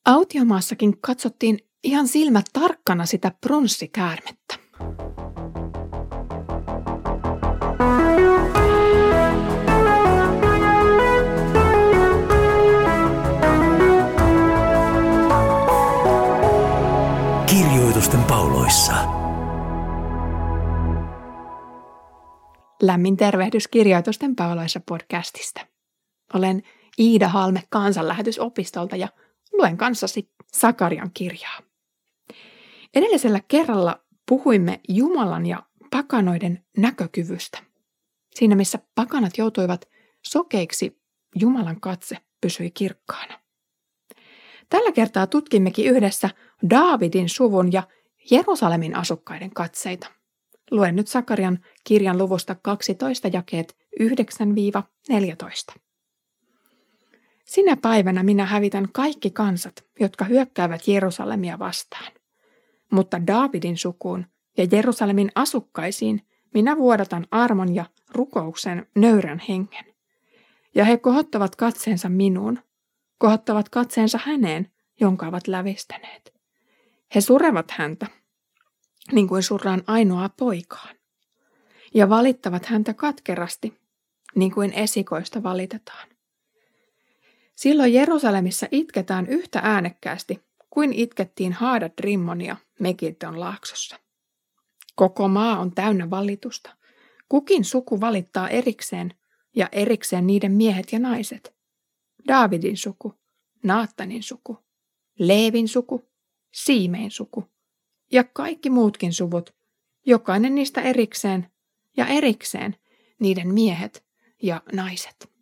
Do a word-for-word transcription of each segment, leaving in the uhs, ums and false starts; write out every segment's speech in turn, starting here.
Autiomaassakin katsottiin ihan silmät tarkkana sitä pronssikäärmettä. Kirjoitusten pauloissa. Lämmin tervehdys Kirjoitusten pauloissa podcastista. Olen Iida Halme Kansanlähetysopistolta ja luen kanssasi Sakarian kirjaa. Edellisellä kerralla puhuimme Jumalan ja pakanoiden näkökyvystä. Siinä missä pakanat joutuivat sokeiksi, Jumalan katse pysyi kirkkaana. Tällä kertaa tutkimmekin yhdessä Daavidin suvun ja Jerusalemin asukkaiden katseita. Luen nyt Sakarian kirjan luvusta kaksitoista jakeet yhdeksän neljätoista. Sinä päivänä minä hävitän kaikki kansat, jotka hyökkäävät Jerusalemia vastaan. Mutta Daavidin sukuun ja Jerusalemin asukkaisiin minä vuodatan armon ja rukouksen nöyrän hengen. Ja he kohottavat katseensa minuun, kohottavat katseensa häneen, jonka ovat lävistäneet. He surevat häntä, niin kuin surraan ainoaa poikaan. Ja valittavat häntä katkerasti, niin kuin esikoista valitetaan. Silloin Jerusalemissa itketään yhtä äänekkäästi, kuin itkettiin Haadat Rimmonia Megiddon laaksossa. Koko maa on täynnä valitusta. Kukin suku valittaa erikseen, ja erikseen niiden miehet ja naiset. Daavidin suku, Naatanin suku, Leevin suku, Siimein suku ja kaikki muutkin suvut, jokainen niistä erikseen ja erikseen niiden miehet ja naiset.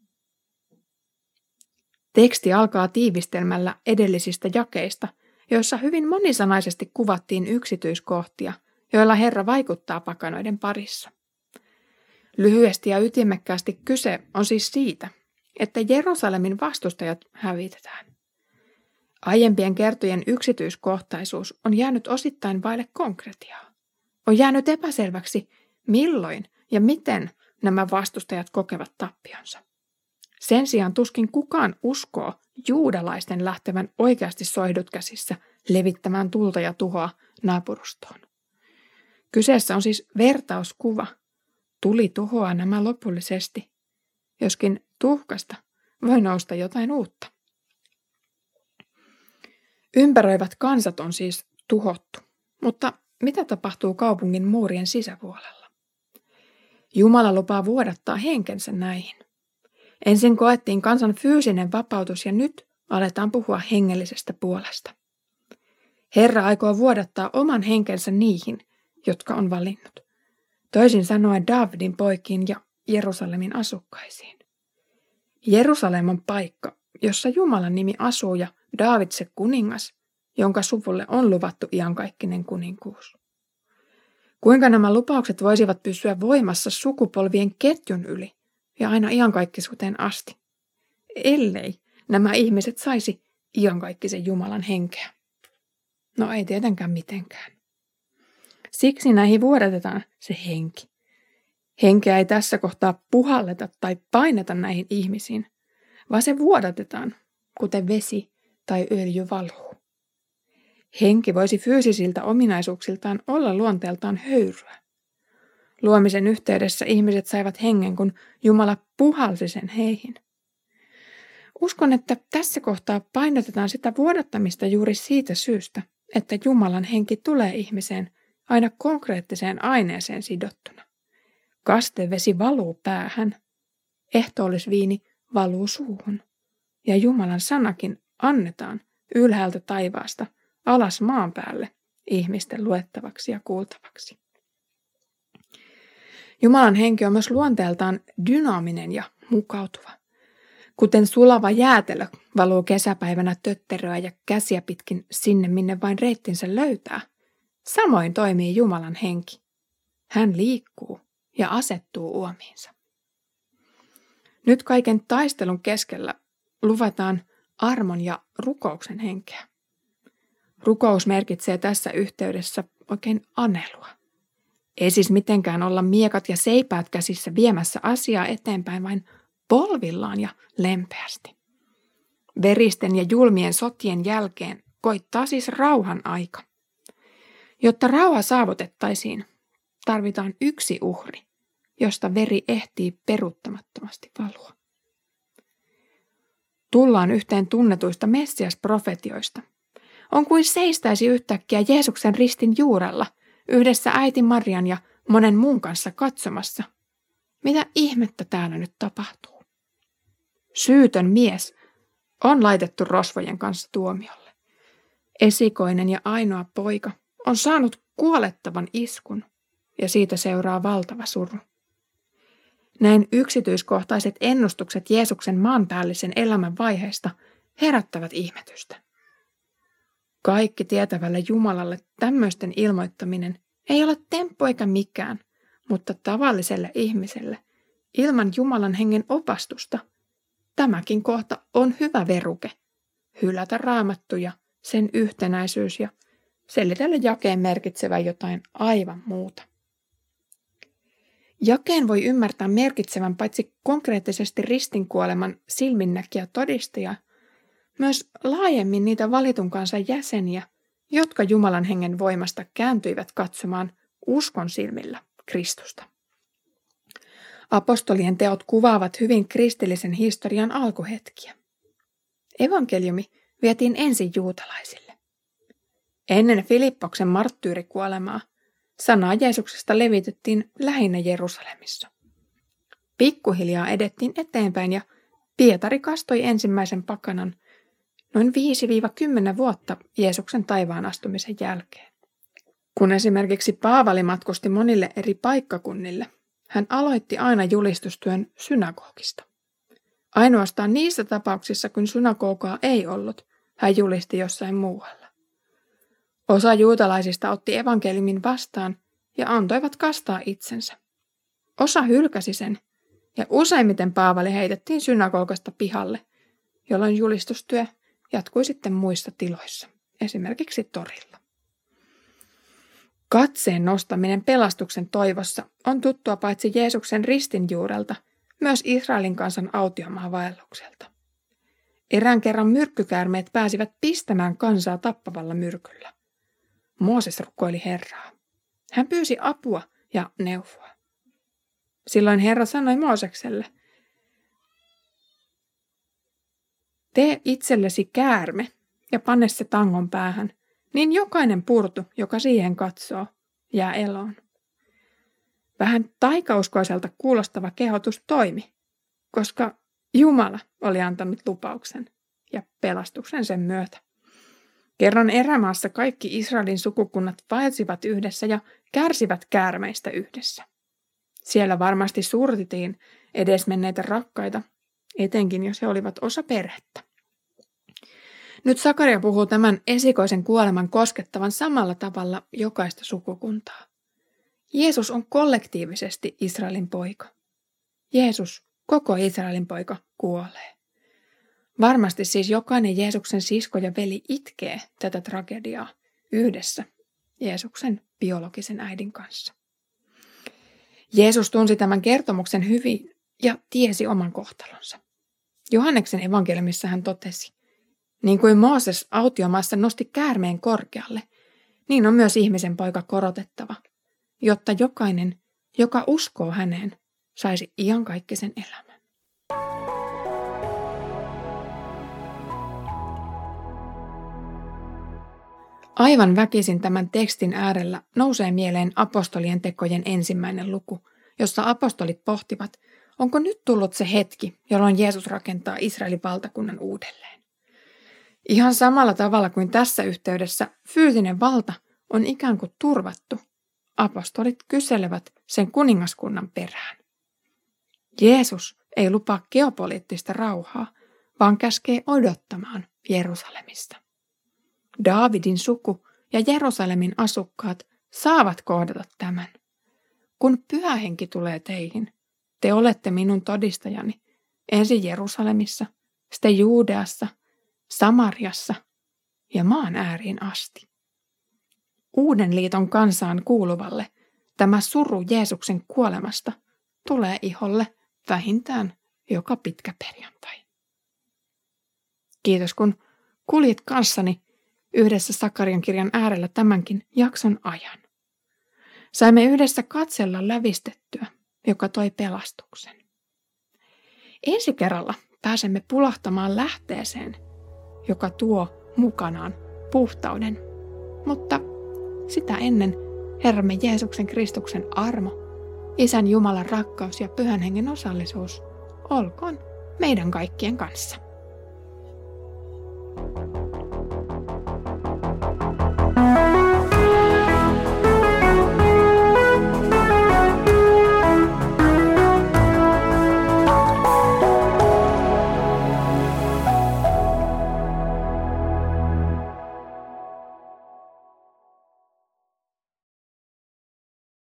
Teksti alkaa tiivistelmällä edellisistä jakeista, joissa hyvin monisanaisesti kuvattiin yksityiskohtia, joilla Herra vaikuttaa pakanoiden parissa. Lyhyesti ja ytimekkäästi kyse on siis siitä, että Jerusalemin vastustajat hävitetään. Aiempien kertojen yksityiskohtaisuus on jäänyt osittain vaille konkretiaa. On jäänyt epäselväksi, milloin ja miten nämä vastustajat kokevat tappionsa. Sen sijaan tuskin kukaan uskoo juudalaisten lähtevän oikeasti soihdut käsissä levittämään tulta ja tuhoa naapurustoon. Kyseessä on siis vertauskuva. Tuli tuhoaa nämä lopullisesti, joskin tuhkasta voi nousta jotain uutta. Ympäröivät kansat on siis tuhottu, mutta mitä tapahtuu kaupungin muurien sisäpuolella? Jumala lupaa vuodattaa henkensä näihin. Ensin koettiin kansan fyysinen vapautus ja nyt aletaan puhua hengellisestä puolesta. Herra aikoo vuodattaa oman henkensä niihin, jotka on valinnut. Toisin sanoen Daavidin poikiin ja Jerusalemin asukkaisiin. Jerusalem on paikka, jossa Jumalan nimi asuu ja Daavid se kuningas, jonka suvulle on luvattu iankaikkinen kuninkuus. Kuinka nämä lupaukset voisivat pysyä voimassa sukupolvien ketjun yli ja aina iankaikkisuuteen asti, ellei nämä ihmiset saisi iankaikkisen Jumalan henkeä? No ei tietenkään mitenkään. Siksi näihin vuodatetaan se henki. Henkeä ei tässä kohtaa puhalleta tai paineta näihin ihmisiin, vaan se vuodatetaan, kuten vesi tai öljy valuu. Henki voisi fyysisiltä ominaisuuksiltaan olla luonteeltaan höyryä. Luomisen yhteydessä ihmiset saivat hengen, kun Jumala puhalsi sen heihin. Uskon, että tässä kohtaa painotetaan sitä vuodattamista juuri siitä syystä, että Jumalan henki tulee ihmiseen aina konkreettiseen aineeseen sidottuna. Kastevesi valuu päähän, ehtoollisviini valuu suuhun, ja Jumalan sanakin annetaan ylhäältä taivaasta alas maan päälle ihmisten luettavaksi ja kuultavaksi. Jumalan henki on myös luonteeltaan dynaaminen ja mukautuva. Kuten sulava jäätelö valuu kesäpäivänä tötteröä ja käsiä pitkin sinne, minne vain reittinsä löytää, samoin toimii Jumalan henki. Hän liikkuu ja asettuu uomiinsa. Nyt kaiken taistelun keskellä luvataan armon ja rukouksen henkeä. Rukous merkitsee tässä yhteydessä oikein anelua. Ei siis mitenkään olla miekat ja seipäät käsissä viemässä asiaa eteenpäin vain polvillaan ja lempeästi. Veristen ja julmien sotien jälkeen koittaa siis rauhan aika. Jotta rauha saavutettaisiin, tarvitaan yksi uhri, josta veri ehtii peruuttamattomasti valua. Tullaan yhteen tunnetuista Messias-profetioista. On kuin seistäisi yhtäkkiä Jeesuksen ristin juurella, yhdessä äiti Marian ja monen muun kanssa katsomassa, mitä ihmettä täällä nyt tapahtuu. Syytön mies on laitettu rosvojen kanssa tuomiolle. Esikoinen ja ainoa poika on saanut kuolettavan iskun, ja siitä seuraa valtava suru. Näin yksityiskohtaiset ennustukset Jeesuksen maanpäällisen elämän vaiheista herättävät ihmetystä. Kaikki tietävälle Jumalalle tämmöisten ilmoittaminen ei ole temppu eikä mikään, mutta tavalliselle ihmiselle ilman Jumalan hengen opastusta tämäkin kohta on hyvä veruke, hylätä Raamattu ja sen yhtenäisyys ja selitellä jakeen merkitsevän jotain aivan muuta. Jakeen voi ymmärtää merkitsevän paitsi konkreettisesti ristinkuoleman silminnäkijä todistajaa, myös laajemmin niitä valitun kansan jäseniä, jotka Jumalan hengen voimasta kääntyivät katsomaan uskon silmillä Kristusta. Apostolien teot kuvaavat hyvin kristillisen historian alkuhetkiä. Evankeliumi vietiin ensin juutalaisille. Ennen Filippoksen marttyyrikuolemaa sanaa Jeesuksesta levitettiin lähinnä Jerusalemissa. Pikkuhiljaa edettiin eteenpäin ja Pietari kastoi ensimmäisen pakanan noin viisi kymmenen vuotta Jeesuksen taivaan astumisen jälkeen. Kun esimerkiksi Paavali matkusti monille eri paikkakunnille, hän aloitti aina julistustyön synagogista. Ainoastaan niissä tapauksissa, kun synagogaa ei ollut, hän julisti jossain muualla. Osa juutalaisista otti evankeliumin vastaan ja antoivat kastaa itsensä. Osa hylkäsi sen, ja useimmiten Paavali heitettiin synagogasta pihalle, jolloin julistustyö jatkui sitten muissa tiloissa, esimerkiksi torilla. Katseen nostaminen pelastuksen toivossa on tuttua paitsi Jeesuksen ristin juurelta, myös Israelin kansan autiomaavaellukselta. Erään kerran myrkkykäärmeet pääsivät pistämään kansaa tappavalla myrkyllä. Mooses rukoili Herraa. Hän pyysi apua ja neuvoa. Silloin Herra sanoi Moosekselle, tee itsellesi käärme ja panne se tangon päähän, niin jokainen purtu, joka siihen katsoo, jää eloon. Vähän taikauskoiselta kuulostava kehotus toimi, koska Jumala oli antanut lupauksen ja pelastuksen sen myötä. Kerran erämaassa kaikki Israelin sukukunnat vaelsivat yhdessä ja kärsivät käärmeistä yhdessä. Siellä varmasti surtittiin edesmenneitä rakkaita, etenkin jos he olivat osa perhettä. Nyt Sakaria puhuu tämän esikoisen kuoleman koskettavan samalla tavalla jokaista sukukuntaa. Jeesus on kollektiivisesti Israelin poika. Jeesus, koko Israelin poika, kuolee. Varmasti siis jokainen Jeesuksen sisko ja veli itkee tätä tragediaa yhdessä Jeesuksen biologisen äidin kanssa. Jeesus tunsi tämän kertomuksen hyvin ja tiesi oman kohtalonsa. Johanneksen evankeliumissa hän totesi, niin kuin Mooses autiomaassa nosti käärmeen korkealle, niin on myös ihmisen poika korotettava, jotta jokainen, joka uskoo häneen, saisi iankaikkisen elämän. Aivan väkisin tämän tekstin äärellä nousee mieleen apostolien tekojen ensimmäinen luku, jossa apostolit pohtivat, onko nyt tullut se hetki, jolloin Jeesus rakentaa Israelin valtakunnan uudelleen. Ihan samalla tavalla kuin tässä yhteydessä fyysinen valta on ikään kuin turvattu, apostolit kyselevät sen kuningaskunnan perään. Jeesus ei lupaa geopoliittista rauhaa, vaan käskee odottamaan Jerusalemista. Daavidin suku ja Jerusalemin asukkaat saavat kohdata tämän. Kun Pyhä Henki tulee teihin, te olette minun todistajani ensin Jerusalemissa, sitten Juudeassa, Samariassa ja maan ääriin asti. Uuden liiton kansaan kuuluvalle tämä suru Jeesuksen kuolemasta tulee iholle vähintään joka pitkä perjantai. Kiitos kun kuljit kanssani yhdessä Sakarian kirjan äärellä tämänkin jakson ajan. Saimme yhdessä katsella lävistettyä, joka toi pelastuksen. Ensi kerralla pääsemme pulahtamaan lähteeseen, joka tuo mukanaan puhtauden. Mutta sitä ennen Herramme Jeesuksen Kristuksen armo, Isän Jumalan rakkaus ja Pyhän Hengen osallisuus olkoon meidän kaikkien kanssa.